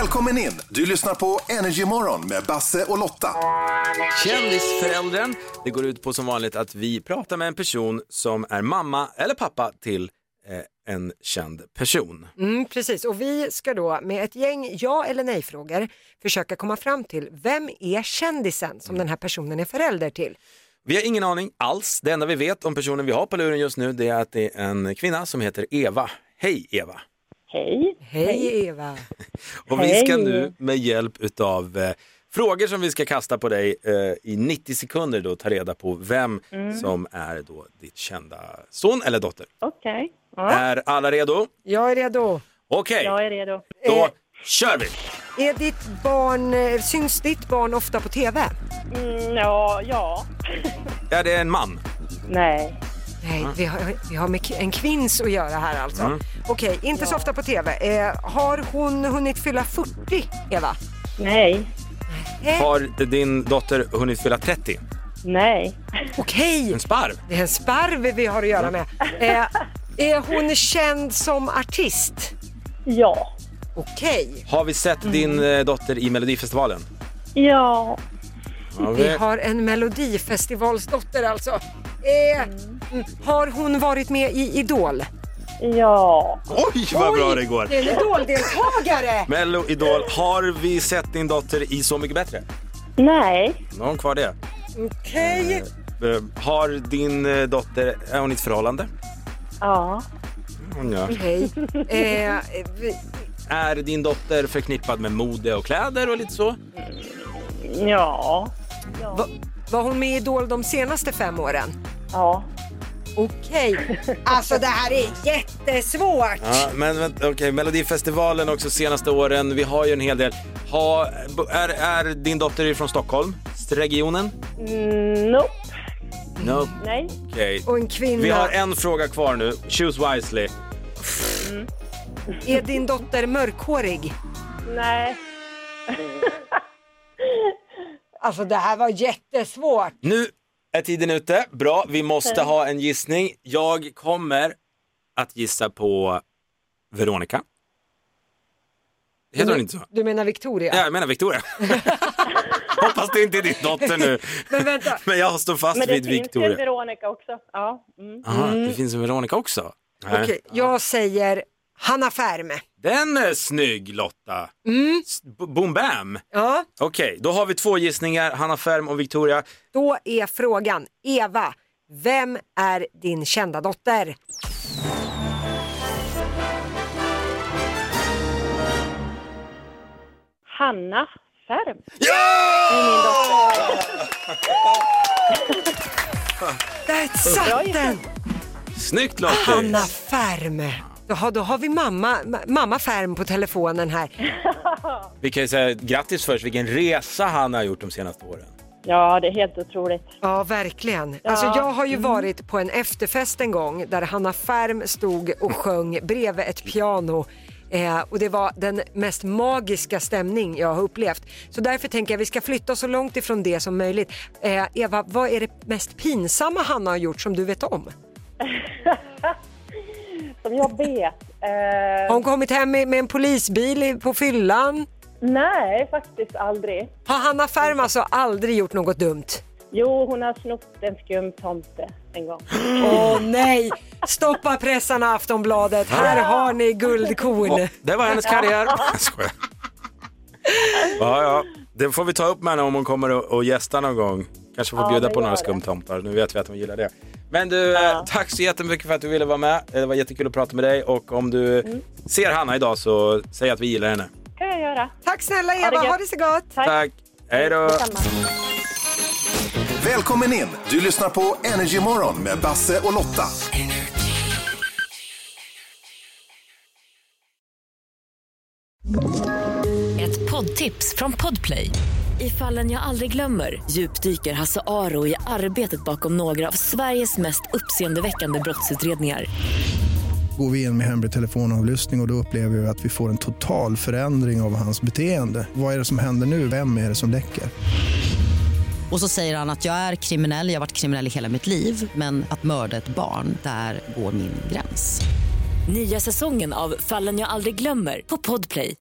Välkommen in! Du lyssnar på Energy Morgon med Basse och Lotta. Kändisföräldern. Det går ut på som vanligt att vi pratar med en person som är mamma eller pappa till en känd person. Precis, och vi ska då med ett gäng ja eller nej-frågor försöka komma fram till vem är kändisen som den här personen är förälder till. Vi har ingen aning alls. Det enda vi vet om personen vi har på luren just nu, det är att det är en kvinna som heter Eva. Hej Eva! Hej! Hej Eva! Och vi ska nu med hjälp utav frågor som vi ska kasta på dig i 90 sekunder då ta reda på vem som är då ditt kända son eller dotter. Okej. Ja. Är alla redo? Jag är redo. Okej. Jag är redo. Då kör vi! Är syns ditt barn ofta på tv? Ja. Är det en man? Nej. Nej, vi har med en kvinns att göra här alltså. Okej, inte så ofta på tv. Har hon hunnit fylla 40, Eva? Nej. Har din dotter hunnit fylla 30? Nej. Okej. En sparv? Det är en sparv vi har att göra med. Är hon känd som artist? Ja. Okej. Har vi sett din dotter i Melodifestivalen? Ja. Vi har en Melodifestivalsdotter alltså. Har hon varit med i Idol? Ja. Oj, vad bra det går! Det är en Idol-deltagare! Mello Idol, har vi sett din dotter i Så mycket bättre? Nej. Någon kvar det? Okej. Har din dotter, är hon i ett förhållande? Ja. Ja. Okej. Är din dotter förknippad med mode och kläder och lite så? Ja. Var hon med i Idol de senaste 5 åren? Ja. Okej. Alltså det här är jättesvårt. Ja, men okej, Melodifestivalen också senaste åren. Vi har ju en hel del. Är din dotter från Stockholm? Regionen? Nope. Nej. Okej. Och en kvinna. Vi har en fråga kvar nu. Choose wisely. Är din dotter mörkhårig? Nej. Alltså det här var jättesvårt. Nu är tiden ute. Bra, vi måste ha en gissning. Jag kommer att gissa på Veronica. Heter hon inte så? Du menar Victoria? Ja, jag menar Victoria. Hoppas det inte är din dotter nu. Men vänta. Men jag står fast vid Victoria. Men det finns en Veronica också. Ja. Aha, det finns en Veronica också. Okej, jag säger Hanna Färm. Den är snygg, Lotta. Boom bam. Ja. Okej, då har vi 2 gissningar, Hanna Färm och Victoria. Då är frågan, Eva, vem är din kända dotter? Hanna Färm. Ja! Där satt den! Snyggt, Lotta. Hanna Färm. Då har vi mamma Färm på telefonen här. Vi kan ju säga grattis först, vilken resa han har gjort de senaste åren. Ja, det är helt otroligt. Ja, verkligen. Alltså jag har ju varit på en efterfest en gång där Hanna Färm stod och sjöng bredvid ett piano. Och det var den mest magiska stämning jag har upplevt. Så därför tänker jag att vi ska flytta oss så långt ifrån det som möjligt. Eva, vad är det mest pinsamma Hanna har gjort som du vet om? Som jag vet. Har hon kommit hem med en polisbil på fyllan? Nej, faktiskt aldrig. Har Hanna Färm alltså aldrig gjort något dumt? Jo, hon har snott en skumtomte en gång. Åh nej! Stoppa pressarna Aftonbladet. Här har ni guldkorn. Det var hennes karriär. Jag skojar. Ja. Det får vi ta upp med henne om hon kommer och gästa någon gång. Kanske får bjuda på några skumtomtar. Nu vet vi att hon gillar det. Men du, tack så jättemycket för att du ville vara med. Det var jättekul att prata med dig. Och om du ser Hanna idag så säg att vi gillar henne. Kan jag göra. Tack snälla Eva, ha det så gott. Tack. Hej då. Välkommen in! Du lyssnar på Energy Morgon med Basse och Lotta. Ett poddtips från Podplay. I Fallen jag aldrig glömmer djupdyker Hasse Aro i arbetet bakom några av Sveriges mest uppseendeväckande brottsutredningar. Går vi in med hemlig telefonavlyssning och då upplever vi att vi får en total förändring av hans beteende. Vad är det som händer nu? Vem är det som läcker? Och så säger han att jag är kriminell, jag har varit kriminell i hela mitt liv. Men att mörda ett barn, där går min gräns. Nya säsongen av Fallen jag aldrig glömmer på Podplay.